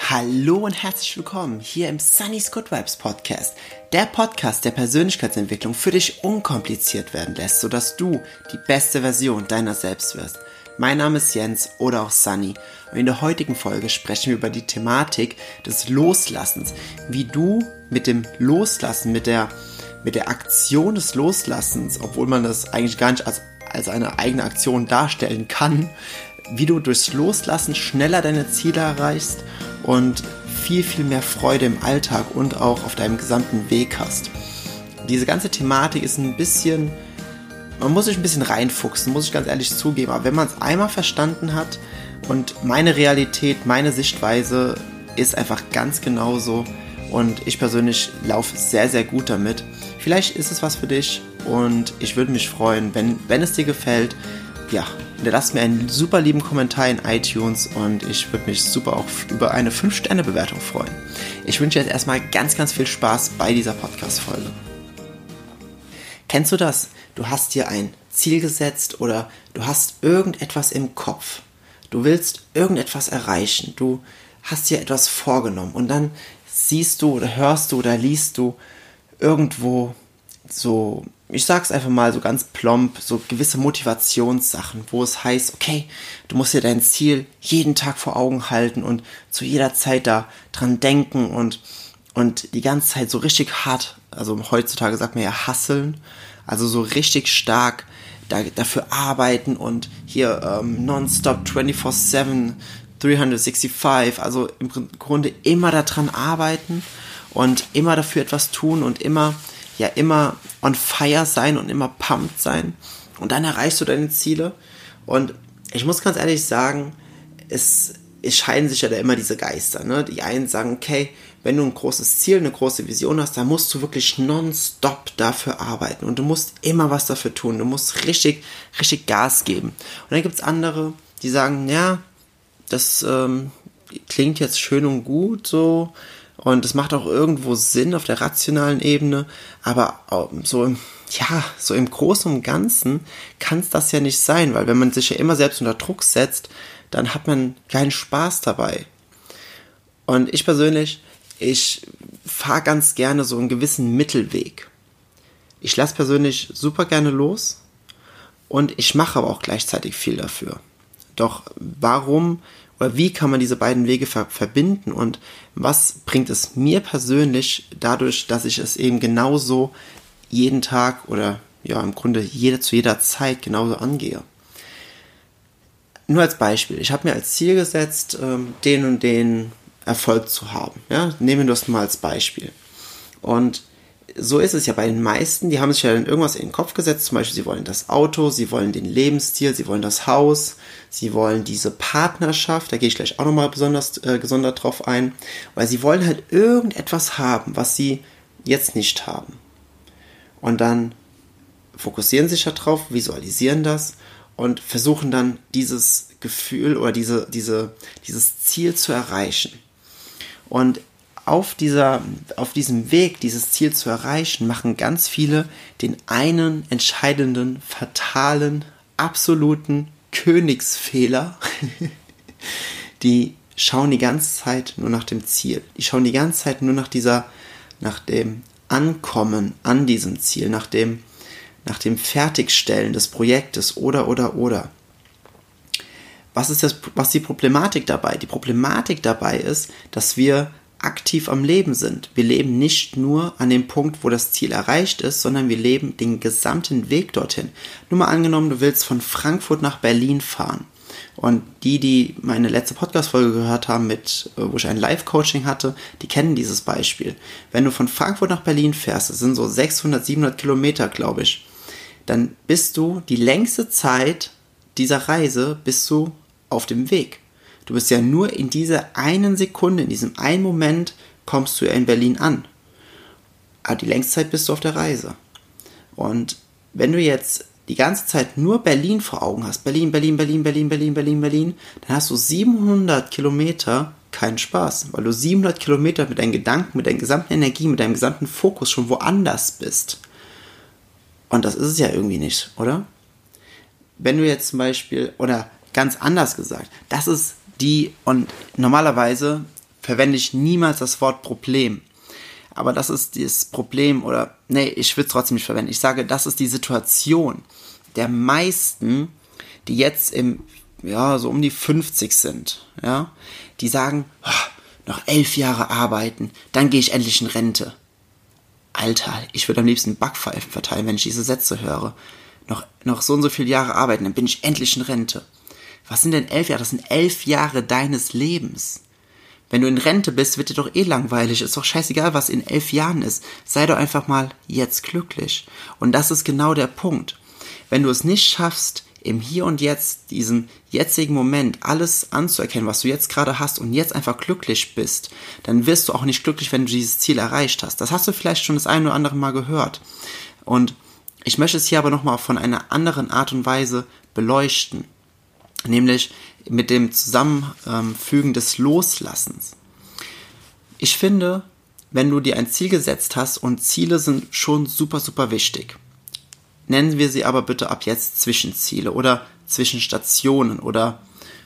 Hallo und herzlich willkommen hier im Sunny's Good Vibes Podcast. Der Podcast, der Persönlichkeitsentwicklung für dich unkompliziert werden lässt, sodass du die beste Version deiner selbst wirst. Mein Name ist Jens oder auch Sunny und in der heutigen Folge sprechen wir über die Thematik des Loslassens. Wie du mit dem Loslassen, mit der Aktion des Loslassens, obwohl man das eigentlich gar nicht als eine eigene Aktion darstellen kann, wie du durchs Loslassen schneller deine Ziele erreichst und viel, viel mehr Freude im Alltag und auch auf deinem gesamten Weg hast. Diese ganze Thematik ist ein bisschen, man muss sich ein bisschen reinfuchsen, muss ich ganz ehrlich zugeben, aber wenn man es einmal verstanden hat und meine Realität, meine Sichtweise ist einfach ganz genauso und ich persönlich laufe sehr, sehr gut damit. Vielleicht ist es was für dich und ich würde mich freuen, wenn es dir gefällt, ja, hinterlass mir einen super lieben Kommentar in iTunes und ich würde mich super auch über eine 5-Sterne-Bewertung freuen. Ich wünsche jetzt erstmal ganz, ganz viel Spaß bei dieser Podcast-Folge. Kennst du das? Du hast dir ein Ziel gesetzt oder du hast irgendetwas im Kopf. Du willst irgendetwas erreichen. Du hast dir etwas vorgenommen und dann siehst du oder hörst du oder liest du irgendwo so, ich sag's einfach mal so ganz plump, so gewisse Motivationssachen, wo es heißt, okay, du musst dir dein Ziel jeden Tag vor Augen halten und zu jeder Zeit da dran denken und die ganze Zeit so richtig hart, also heutzutage sagt man ja hustlen, also so richtig stark dafür arbeiten und hier nonstop 24/7, 365, also im Grunde immer daran arbeiten und immer dafür etwas tun und immer on fire sein und immer pumped sein und dann erreichst du deine Ziele und ich muss ganz ehrlich sagen, es scheiden sich ja da immer diese Geister, ne? Die einen sagen, okay, wenn du ein großes Ziel, eine große Vision hast, dann musst du wirklich nonstop dafür arbeiten und du musst immer was dafür tun, du musst richtig, richtig Gas geben. Und dann gibt's andere, die sagen, ja, das klingt jetzt schön und gut so, und es macht auch irgendwo Sinn auf der rationalen Ebene, aber so im Großen und Ganzen kann es das ja nicht sein, weil wenn man sich ja immer selbst unter Druck setzt, dann hat man keinen Spaß dabei. Und ich persönlich, ich fahre ganz gerne so einen gewissen Mittelweg. Ich lasse persönlich super gerne los und ich mache aber auch gleichzeitig viel dafür. Doch warum oder wie kann man diese beiden Wege verbinden und was bringt es mir persönlich dadurch, dass ich es eben genauso jeden Tag oder ja im Grunde zu jeder Zeit genauso angehe? Nur als Beispiel, ich habe mir als Ziel gesetzt, den und den Erfolg zu haben. Ja? Nehmen wir das mal als Beispiel. Und so ist es ja bei den meisten, die haben sich ja dann irgendwas in den Kopf gesetzt, zum Beispiel sie wollen das Auto, sie wollen den Lebensstil, sie wollen das Haus, sie wollen diese Partnerschaft, da gehe ich gleich auch nochmal besonders gesondert drauf ein, weil sie wollen halt irgendetwas haben, was sie jetzt nicht haben. Und dann fokussieren sich darauf, visualisieren das und versuchen dann dieses Gefühl oder dieses Ziel zu erreichen. Und auf diesem Weg, dieses Ziel zu erreichen, machen ganz viele den einen entscheidenden, fatalen, absoluten Königsfehler. Die schauen die ganze Zeit nur nach dem Ziel. Die schauen die ganze Zeit nur nach dem Ankommen an diesem Ziel, nach dem Fertigstellen des Projektes oder. Was ist die Problematik dabei? Die Problematik dabei ist, dass wir aktiv am Leben sind. Wir leben nicht nur an dem Punkt, wo das Ziel erreicht ist, sondern wir leben den gesamten Weg dorthin. Nur mal angenommen, du willst von Frankfurt nach Berlin fahren. Und die meine letzte Podcast-Folge gehört haben, wo ich ein Live-Coaching hatte, die kennen dieses Beispiel. Wenn du von Frankfurt nach Berlin fährst, das sind so 600, 700 Kilometer, glaube ich, dann bist du die längste Zeit dieser Reise auf dem Weg. Du bist ja nur in dieser einen Sekunde, in diesem einen Moment kommst du ja in Berlin an. Aber die längste Zeit bist du auf der Reise. Und wenn du jetzt die ganze Zeit nur Berlin vor Augen hast, Berlin, dann hast du 700 Kilometer keinen Spaß, weil du 700 Kilometer mit deinen Gedanken, mit deiner gesamten Energie, mit deinem gesamten Fokus schon woanders bist. Und das ist es ja irgendwie nicht, oder? Wenn du jetzt zum Beispiel, oder ganz anders gesagt, das ist und normalerweise verwende ich niemals das Wort Problem. Aber das ist das Problem ich will es trotzdem nicht verwenden. Ich sage, das ist die Situation der meisten, die jetzt so um die 50 sind, ja, die sagen, noch 11 Jahre arbeiten, dann gehe ich endlich in Rente. Alter, ich würde am liebsten Backpfeifen verteilen, wenn ich diese Sätze höre. Noch so und so viele Jahre arbeiten, dann bin ich endlich in Rente. Was sind denn 11 Jahre? Das sind 11 Jahre deines Lebens. Wenn du in Rente bist, wird dir doch langweilig. Ist doch scheißegal, was in 11 Jahren ist. Sei doch einfach mal jetzt glücklich. Und das ist genau der Punkt. Wenn du es nicht schaffst, im Hier und Jetzt, diesen jetzigen Moment, alles anzuerkennen, was du jetzt gerade hast und jetzt einfach glücklich bist, dann wirst du auch nicht glücklich, wenn du dieses Ziel erreicht hast. Das hast du vielleicht schon das ein oder andere Mal gehört. Und ich möchte es hier aber nochmal von einer anderen Art und Weise beleuchten. Nämlich mit dem Zusammenfügen des Loslassens. Ich finde, wenn du dir ein Ziel gesetzt hast und Ziele sind schon super, super wichtig, nennen wir sie aber bitte ab jetzt Zwischenziele oder Zwischenstationen oder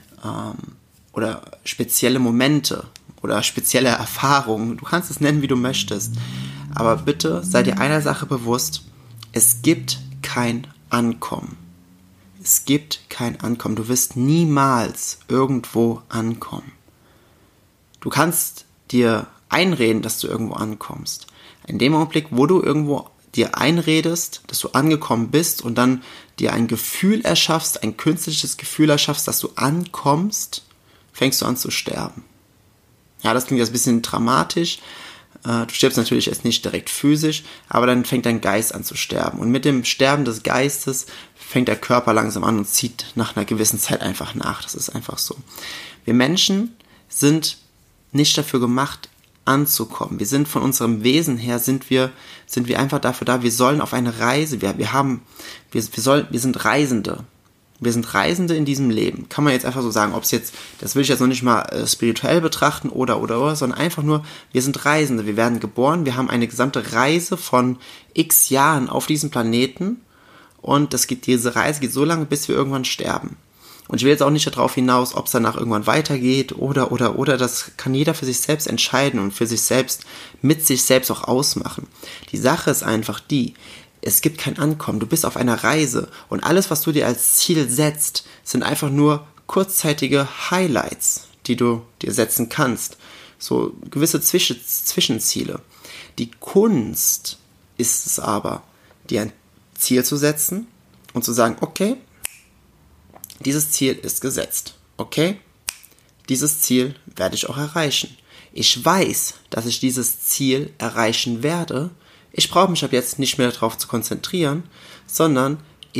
spezielle Momente oder spezielle Erfahrungen. Du kannst es nennen, wie du möchtest. Aber bitte sei dir einer Sache bewusst, es gibt kein Ankommen. Es gibt kein Ankommen. Du wirst niemals irgendwo ankommen. Du kannst dir einreden, dass du irgendwo ankommst. In dem Augenblick, wo du irgendwo dir einredest, dass du angekommen bist und dann dir ein Gefühl erschaffst, ein künstliches Gefühl erschaffst, dass du ankommst, fängst du an zu sterben. Ja, das klingt jetzt ein bisschen dramatisch. Du stirbst natürlich jetzt nicht direkt physisch, aber dann fängt dein Geist an zu sterben. Und mit dem Sterben des Geistes fängt der Körper langsam an und zieht nach einer gewissen Zeit einfach nach. Das ist einfach so. Wir Menschen sind nicht dafür gemacht, anzukommen. Wir sind von unserem Wesen her, sind wir einfach dafür da, wir sollen auf eine Reise, wir sind Reisende. Wir sind Reisende in diesem Leben. Kann man jetzt einfach so sagen, ob es jetzt, das will ich jetzt noch nicht mal spirituell betrachten oder, sondern einfach nur, wir sind Reisende. Wir werden geboren, wir haben eine gesamte Reise von x Jahren auf diesem Planeten und diese Reise geht so lange, bis wir irgendwann sterben. Und ich will jetzt auch nicht darauf hinaus, ob es danach irgendwann weitergeht oder, das kann jeder für sich selbst entscheiden und für sich selbst, mit sich selbst auch ausmachen. Die Sache ist einfach es gibt kein Ankommen, du bist auf einer Reise und alles, was du dir als Ziel setzt, sind einfach nur kurzzeitige Highlights, die du dir setzen kannst. So gewisse Zwischenziele. Die Kunst ist es aber, dir ein Ziel zu setzen und zu sagen, okay, dieses Ziel ist gesetzt. Okay, dieses Ziel werde ich auch erreichen. Ich weiß, dass ich dieses Ziel erreichen werde. Ich brauche mich ab jetzt nicht mehr darauf zu konzentrieren, sondern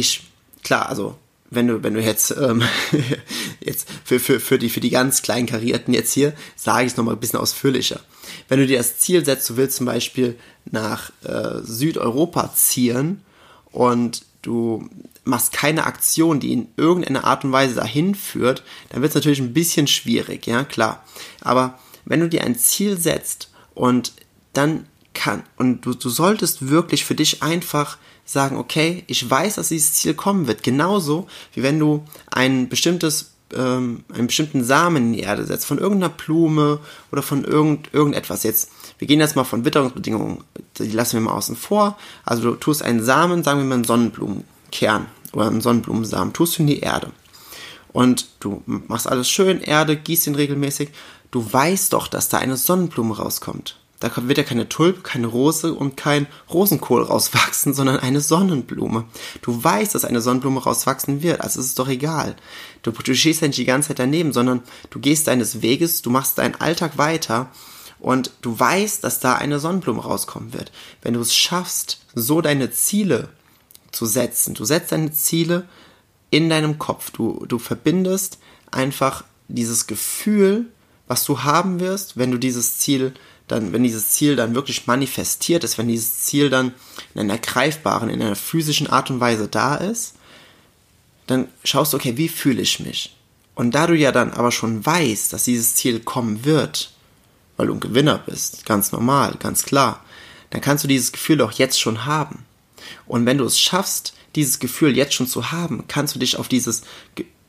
wenn du jetzt jetzt für die ganz kleinen Karierten jetzt hier, sage ich es nochmal ein bisschen ausführlicher. Wenn du dir das Ziel setzt, du willst zum Beispiel nach Südeuropa ziehen und du machst keine Aktion, die in irgendeiner Art und Weise dahin führt, dann wird es natürlich ein bisschen schwierig, ja, klar. Aber wenn du dir ein Ziel setzt und dann du solltest wirklich für dich einfach sagen, okay, ich weiß, dass dieses Ziel kommen wird. Genauso, wie wenn du einen bestimmten Samen in die Erde setzt, von irgendeiner Blume oder von irgendetwas. Jetzt, wir gehen jetzt mal von Witterungsbedingungen, die lassen wir mal außen vor. Also du tust einen Samen, sagen wir mal einen Sonnenblumenkern oder einen Sonnenblumensamen, tust du in die Erde. Und du machst alles schön, Erde, gießt ihn regelmäßig. Du weißt doch, dass da eine Sonnenblume rauskommt. Da wird ja keine Tulpe, keine Rose und kein Rosenkohl rauswachsen, sondern eine Sonnenblume. Du weißt, dass eine Sonnenblume rauswachsen wird, also ist es doch egal. Du stehst ja nicht die ganze Zeit daneben, sondern du gehst deines Weges, du machst deinen Alltag weiter und du weißt, dass da eine Sonnenblume rauskommen wird. Wenn du es schaffst, so deine Ziele zu setzen, du setzt deine Ziele in deinem Kopf, du verbindest einfach dieses Gefühl, was du haben wirst, wenn dieses Ziel dann wirklich manifestiert ist, wenn dieses Ziel dann in einer greifbaren, in einer physischen Art und Weise da ist, dann schaust du, okay, wie fühle ich mich? Und da du ja dann aber schon weißt, dass dieses Ziel kommen wird, weil du ein Gewinner bist, ganz normal, ganz klar, dann kannst du dieses Gefühl auch jetzt schon haben. Und wenn du es schaffst, dieses Gefühl jetzt schon zu haben, kannst du dich auf dieses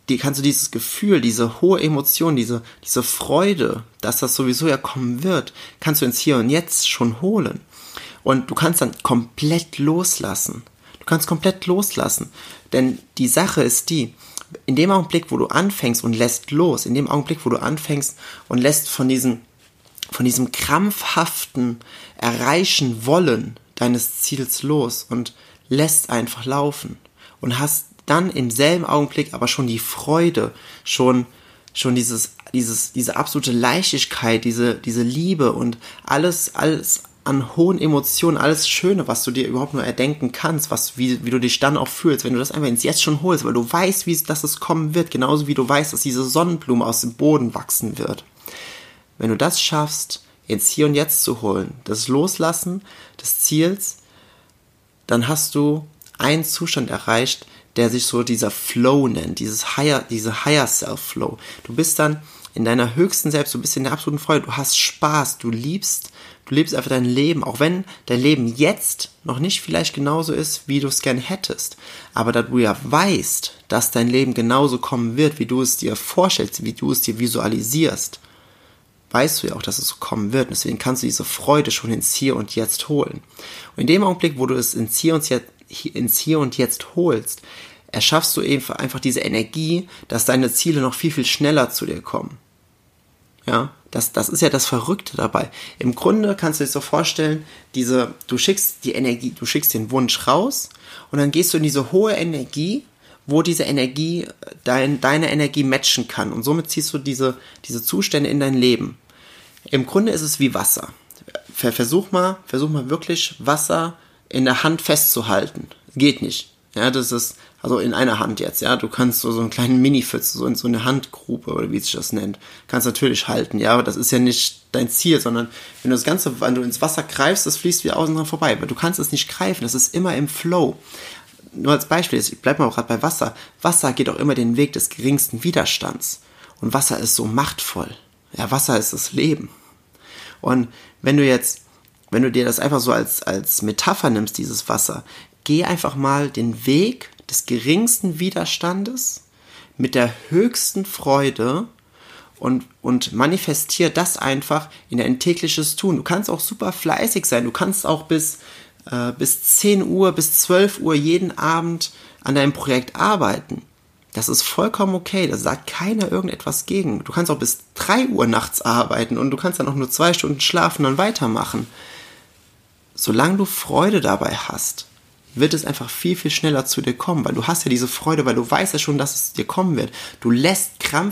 kannst du dieses Gefühl, diese hohe Emotion, diese Freude, dass das sowieso ja kommen wird, kannst du ins Hier und Jetzt schon holen. Und du kannst dann komplett loslassen. Du kannst komplett loslassen. Denn die Sache ist die, in dem Augenblick, wo du anfängst und lässt los, in dem Augenblick, wo du anfängst und lässt von diesem krampfhaften Erreichen wollen deines Ziels los und lässt einfach laufen und hast dann im selben Augenblick aber schon die Freude, schon diese absolute Leichtigkeit, diese Liebe und alles an hohen Emotionen, alles Schöne, was du dir überhaupt nur erdenken kannst, wie du dich dann auch fühlst, wenn du das einfach ins Jetzt schon holst, weil du weißt, dass es kommen wird, genauso wie du weißt, dass diese Sonnenblume aus dem Boden wachsen wird. Wenn du das schaffst, ins Hier und Jetzt zu holen, das Loslassen des Ziels, dann hast du einen Zustand erreicht, der sich so dieser Flow nennt, diese Higher Self Flow. Du bist dann in deiner höchsten Selbst, du bist in der absoluten Freude, du hast Spaß, du lebst einfach dein Leben, auch wenn dein Leben jetzt noch nicht vielleicht genauso ist, wie du es gern hättest. Aber da du ja weißt, dass dein Leben genauso kommen wird, wie du es dir vorstellst, wie du es dir visualisierst, weißt du ja auch, dass es so kommen wird. Und deswegen kannst du diese Freude schon ins Hier und Jetzt holen. Und in dem Augenblick, wo du es ins Hier und Jetzt holst, erschaffst du eben einfach diese Energie, dass deine Ziele noch viel, viel schneller zu dir kommen. Ja, das ist ja das Verrückte dabei. Im Grunde kannst du dir so vorstellen, du schickst den Wunsch raus und dann gehst du in diese hohe Energie, wo diese Energie deine Energie matchen kann. Und somit ziehst du diese Zustände in dein Leben. Im Grunde ist es wie Wasser. Versuch mal wirklich Wasser in der Hand festzuhalten. Geht nicht. Ja, das ist, also in einer Hand jetzt, ja. Du kannst so einen kleinen Mini-Pfütz, so in so eine Handgrube, oder wie sich das nennt, kannst natürlich halten, ja, aber das ist ja nicht dein Ziel, sondern wenn du ins Wasser greifst, das fließt wieder außen dran vorbei, weil du kannst es nicht greifen, das ist immer im Flow. Nur als Beispiel, ich bleib mal auch gerade bei Wasser. Wasser geht auch immer den Weg des geringsten Widerstands. Und Wasser ist so machtvoll. Ja, Wasser ist das Leben. Und wenn du dir das einfach so als Metapher nimmst, dieses Wasser, geh einfach mal den Weg des geringsten Widerstandes mit der höchsten Freude und manifestier das einfach in dein tägliches Tun. Du kannst auch super fleißig sein. Du kannst auch bis 10 Uhr, bis 12 Uhr jeden Abend an deinem Projekt arbeiten. Das ist vollkommen okay, da sagt keiner irgendetwas gegen. Du kannst auch bis 3 Uhr nachts arbeiten und du kannst dann auch nur 2 Stunden schlafen und dann weitermachen. Solange du Freude dabei hast, wird es einfach viel, viel schneller zu dir kommen, weil du hast ja diese Freude, weil du weißt ja schon, dass es dir kommen wird. Du lässt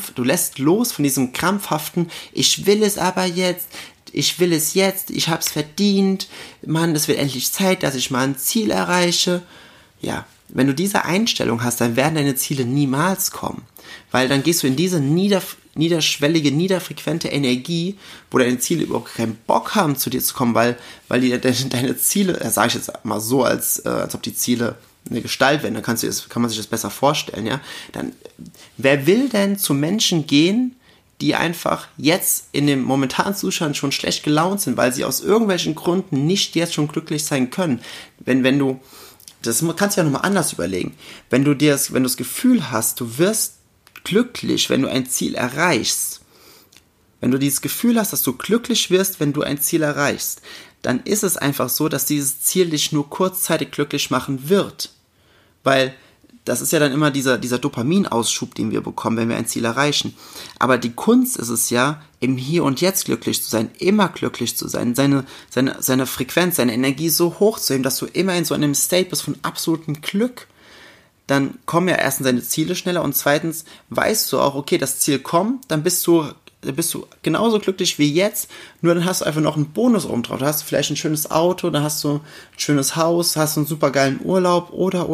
los von diesem krampfhaften, ich will es aber jetzt, ich will es jetzt, ich hab's verdient, Mann, es wird endlich Zeit, dass ich mal ein Ziel erreiche. Ja, wenn du diese Einstellung hast, dann werden deine Ziele niemals kommen, weil dann gehst du in diese niederschwellige, niederfrequente Energie, wo deine Ziele überhaupt keinen Bock haben, zu dir zu kommen, weil deine Ziele, sage ich jetzt mal so, als ob die Ziele eine Gestalt werden, dann kann man sich das besser vorstellen, ja. Dann, wer will denn zu Menschen gehen, die einfach jetzt in dem momentanen Zustand schon schlecht gelaunt sind, weil sie aus irgendwelchen Gründen nicht jetzt schon glücklich sein können? Wenn du, das kannst du ja nochmal anders überlegen, wenn du das Gefühl hast, du wirst glücklich, wenn du ein Ziel erreichst, wenn du dieses Gefühl hast, dass du glücklich wirst, wenn du ein Ziel erreichst, dann ist es einfach so, dass dieses Ziel dich nur kurzzeitig glücklich machen wird. Weil das ist ja dann immer dieser Dopaminausschub, den wir bekommen, wenn wir ein Ziel erreichen. Aber die Kunst ist es ja, im Hier und Jetzt glücklich zu sein, immer glücklich zu sein, seine Frequenz, seine Energie so hoch zu heben, dass du immer in so einem State bist von absolutem Glück. Dann kommen ja erstens deine Ziele schneller und zweitens weißt du auch, okay, das Ziel kommt, dann bist du genauso glücklich wie jetzt, nur dann hast du einfach noch einen Bonus oben drauf. Da hast du vielleicht ein schönes Auto, da hast du ein schönes Haus, hast du einen super geilen Urlaub oder.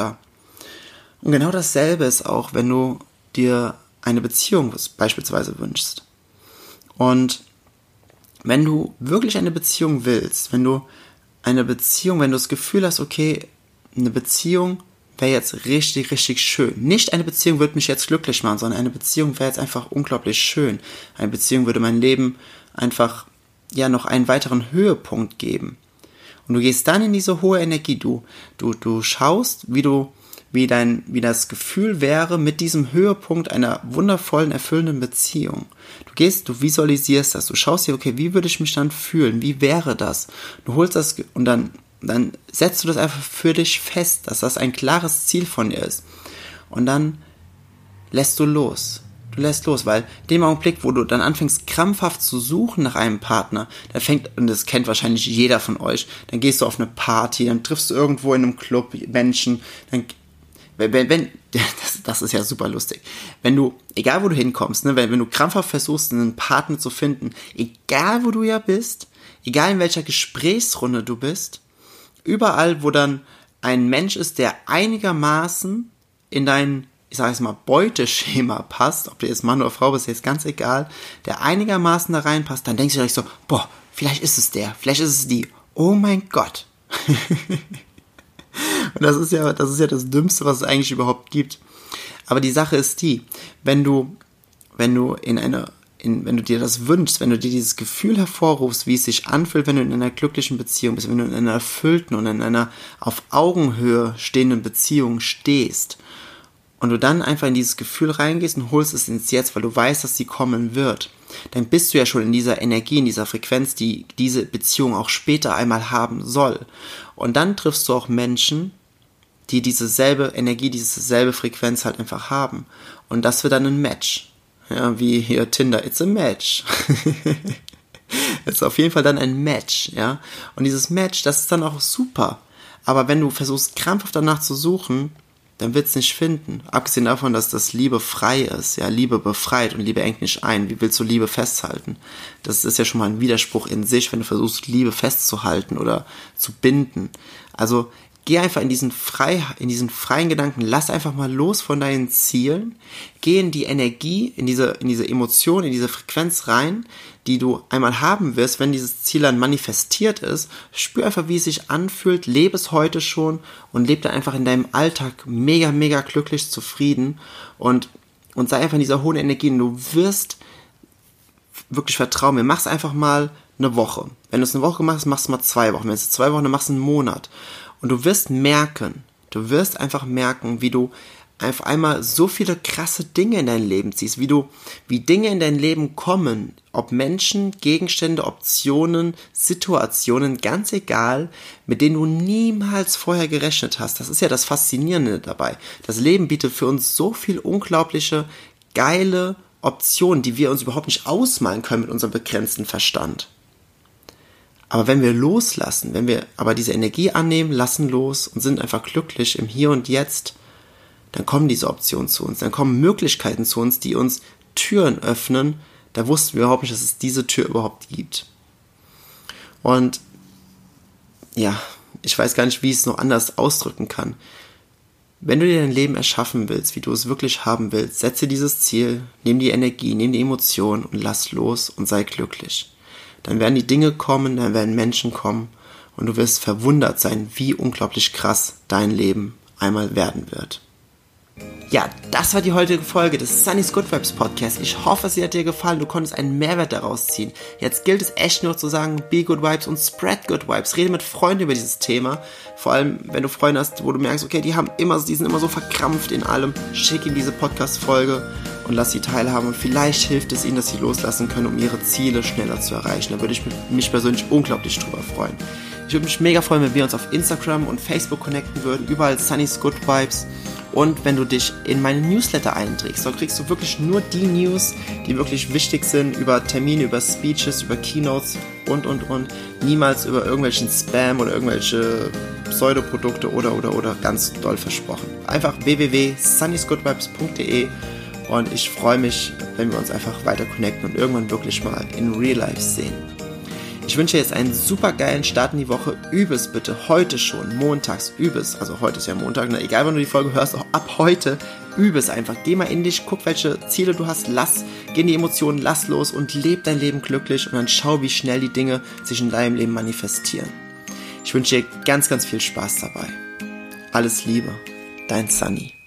Und genau dasselbe ist auch, wenn du dir eine Beziehung beispielsweise wünschst. Und wenn du wirklich eine Beziehung willst, wenn du das Gefühl hast, okay, eine Beziehung wäre jetzt richtig, richtig schön. Nicht eine Beziehung würde mich jetzt glücklich machen, sondern eine Beziehung wäre jetzt einfach unglaublich schön. Eine Beziehung würde mein Leben einfach, ja, noch einen weiteren Höhepunkt geben. Und du gehst dann in diese hohe Energie, du schaust, wie du wie das Gefühl wäre mit diesem Höhepunkt einer wundervollen, erfüllenden Beziehung. Du visualisierst das, du schaust dir, okay, wie würde ich mich dann fühlen, wie wäre das? Du holst das und dann setzt du das einfach für dich fest, dass das ein klares Ziel von dir ist. Und dann lässt du los. Du lässt los, weil in dem Augenblick, wo du dann anfängst, krampfhaft zu suchen nach einem Partner, und das kennt wahrscheinlich jeder von euch, dann gehst du auf eine Party, dann triffst du irgendwo in einem Club Menschen, das ist ja super lustig, egal wo du hinkommst, ne, wenn du krampfhaft versuchst, einen Partner zu finden, egal wo du ja bist, egal in welcher Gesprächsrunde du bist, überall, wo dann ein Mensch ist, der einigermaßen in dein, ich sage jetzt mal, Beuteschema passt, ob du jetzt Mann oder Frau bist, ist ganz egal, der einigermaßen da reinpasst, dann denkst du direkt so, boah, vielleicht ist es der, vielleicht ist es die, oh mein Gott. Und das ist ja das Dümmste, was es eigentlich überhaupt gibt. Aber die Sache ist die, wenn du dir das wünschst, wenn du dir dieses Gefühl hervorrufst, wie es sich anfühlt, wenn du in einer glücklichen Beziehung bist, wenn du in einer erfüllten und in einer auf Augenhöhe stehenden Beziehung stehst und du dann einfach in dieses Gefühl reingehst und holst es ins Jetzt, weil du weißt, dass sie kommen wird, dann bist du ja schon in dieser Energie, in dieser Frequenz, die diese Beziehung auch später einmal haben soll. Und dann triffst du auch Menschen, die dieselbe Energie, dieselbe Frequenz halt einfach haben. Und das wird dann ein Match. Ja, wie hier Tinder, it's a match. Es ist auf jeden Fall dann ein Match, ja. Und dieses Match, das ist dann auch super. Aber wenn du versuchst, krampfhaft danach zu suchen, dann wird's nicht finden. Abgesehen davon, dass das Liebe frei ist, ja, Liebe befreit und Liebe engt nicht ein. Wie willst du Liebe festhalten? Das ist ja schon mal ein Widerspruch in sich, wenn du versuchst, Liebe festzuhalten oder zu binden. Also, geh einfach in diesen freien Gedanken, lass einfach mal los von deinen Zielen, geh in die Energie, in diese Emotion, in diese Frequenz rein, die du einmal haben wirst, wenn dieses Ziel dann manifestiert ist. Spür einfach, wie es sich anfühlt, lebe es heute schon und lebe da einfach in deinem Alltag mega, mega glücklich, zufrieden und sei einfach in dieser hohen Energie und du wirst wirklich vertrauen mir, mach's einfach mal eine Woche. Wenn du es eine Woche machst, machst du mal 2 Wochen. Wenn es 2 Wochen, dann machst du einen Monat. Und du wirst einfach merken, wie du auf einmal so viele krasse Dinge in dein Leben ziehst, wie Dinge in dein Leben kommen, ob Menschen, Gegenstände, Optionen, Situationen, ganz egal, mit denen du niemals vorher gerechnet hast. Das ist ja das Faszinierende dabei. Das Leben bietet für uns so viel unglaubliche, geile Optionen, die wir uns überhaupt nicht ausmalen können mit unserem begrenzten Verstand. Aber wenn wir loslassen, wenn wir aber diese Energie annehmen, lassen los und sind einfach glücklich im Hier und Jetzt, dann kommen diese Optionen zu uns, dann kommen Möglichkeiten zu uns, die uns Türen öffnen, da wussten wir überhaupt nicht, dass es diese Tür überhaupt gibt. Und ja, ich weiß gar nicht, wie ich es noch anders ausdrücken kann. Wenn du dir dein Leben erschaffen willst, wie du es wirklich haben willst, setze dieses Ziel, nimm die Energie, nimm die Emotion und lass los und sei glücklich. Dann werden die Dinge kommen, dann werden Menschen kommen und du wirst verwundert sein, wie unglaublich krass dein Leben einmal werden wird. Ja, das war die heutige Folge des Sunny's Good Vibes Podcast. Ich hoffe, sie hat dir gefallen, du konntest einen Mehrwert daraus ziehen. Jetzt gilt es echt nur zu sagen, be good vibes und spread good vibes. Rede mit Freunden über dieses Thema. Vor allem, wenn du Freunde hast, wo du merkst, okay, die sind immer so verkrampft in allem. Schick ihnen diese Podcast-Folge und lass sie teilhaben. Und vielleicht hilft es ihnen, dass sie loslassen können, um ihre Ziele schneller zu erreichen. Da würde ich mich persönlich unglaublich drüber freuen. Ich würde mich mega freuen, wenn wir uns auf Instagram und Facebook connecten würden. Überall Sunny's Good Vibes. Und wenn du dich in meine Newsletter einträgst, dann kriegst du wirklich nur die News, die wirklich wichtig sind, über Termine, über Speeches, über Keynotes und. Niemals über irgendwelchen Spam oder irgendwelche Pseudoprodukte oder ganz doll versprochen. Einfach www.sunnysgoodvibes.de und ich freue mich, wenn wir uns einfach weiter connecten und irgendwann wirklich mal in Real Life sehen. Ich wünsche dir jetzt einen super geilen Start in die Woche. Übe es bitte heute schon, montags, übe es. Also heute ist ja Montag, ne? Egal wann du die Folge hörst, auch ab heute, übe es einfach. Geh mal in dich, guck, welche Ziele du hast, geh in die Emotionen, lass los und leb dein Leben glücklich und dann schau, wie schnell die Dinge sich in deinem Leben manifestieren. Ich wünsche dir ganz, ganz viel Spaß dabei. Alles Liebe, dein Sunny.